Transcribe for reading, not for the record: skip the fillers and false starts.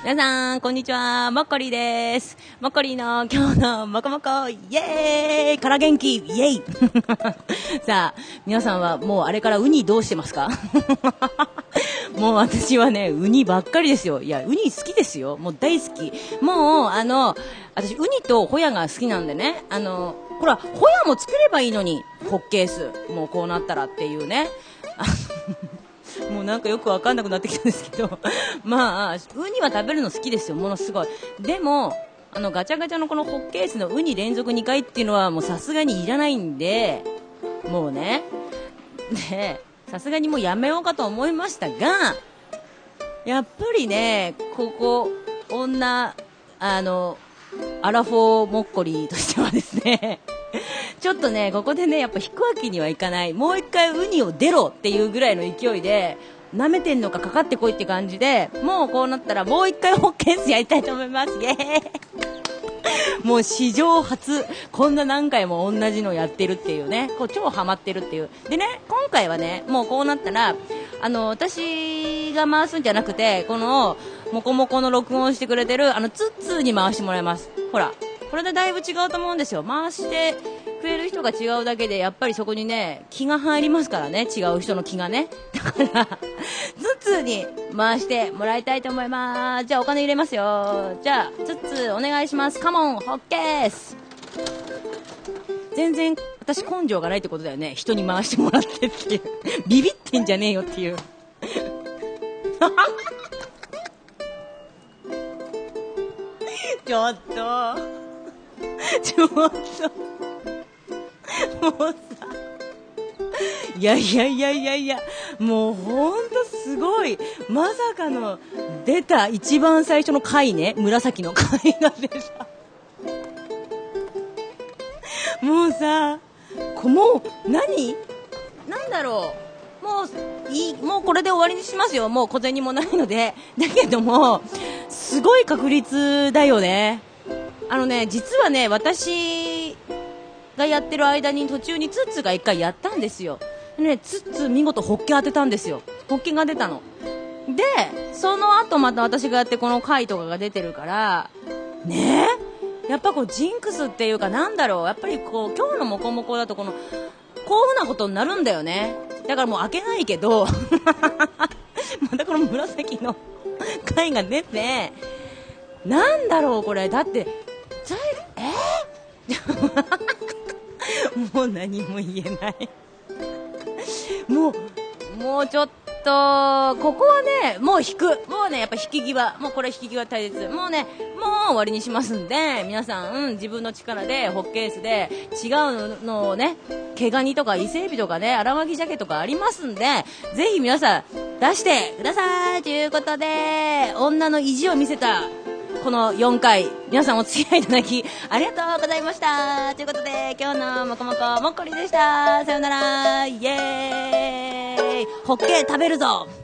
皆さんこんにちは、もっこりです。もっこりの今日のもこもこイエーイから元気イエイさあ皆さんはもうあれからウニどうしてますかもう私はねウニばっかりですよ。いやウニ好きですよ、もう大好き。もう私ウニとホヤが好きなんでね、ほらホヤも作ればいいのに、ホッケースもうこうなったらっていうねもうなんかよくわかんなくなってきたんですけどまあウニは食べるの好きですよ、ものすごい。でもガチャガチャのこのホッケースのウニ連続2回っていうのはもうさすがにいらないんで、もうねでさすがにもうやめようかと思いましたが、やっぱりねここ女アラフォーもっこりとしてはですねちょっとねここでねやっぱ引くわけにはいかない。もう一回ウニを出ろっていうぐらいの勢いで、舐めてんのかかかってこいって感じで、もうこうなったらもう一回ホッケースやりたいと思います。イエーイもう史上初こんな何回も同じのやってるっていうね、こう超ハマってるっていう。でね今回はねもうこうなったら私が回すんじゃなくて、このもこもこの録音してくれてるツッツーに回してもらいます。ほらこれでだいぶ違うと思うんですよ。回してくれる人が違うだけでやっぱりそこにね気が入りますからね、違う人の気がね。だからツッツーに回してもらいたいと思います。じゃあお金入れますよ。じゃあツッツーお願いします。カモンホッケース。全然私根性がないってことだよね、人に回してもらってっていうビビってんじゃねえよっていうちょっともうさ、いやもうほんとすごい、まさかの出た一番最初の貝ね、紫の貝が出たもうさもうなんだろう、もうこれで終わりにしますよ、もう小銭もないので。だけどもすごい確率だよね。実はね私がやってる間に途中にツッツが一回やったんですよ。ね、ツッツ見事ホッケ当てたんですよ。ホッケが出たので、その後また私がやってこの回とかが出てるからね、やっぱこうジンクスっていうかなんだろう、やっぱりこう今日のモコモコだとこういう風なことになるんだよね。だからもう開けないけどまたこの紫の貝が出て、なんだろうこれ、だってもう何も言えないもうちょっとここはねもう引く、もうねやっぱ引き際、もうこれ引き際大切、もうねもう終わりにしますんで、皆さん、自分の力でホッケースで違うのをね、毛ガニとか伊勢エビとかね、荒巻鮭とかありますんで、ぜひ皆さん出してくださいということで、女の意地を見せたこの4回皆さんお付き合いいただきありがとうございましたということで、今日のもこもこもっこりでした。さよなら、イエーイ、ホッケー食べるぞ。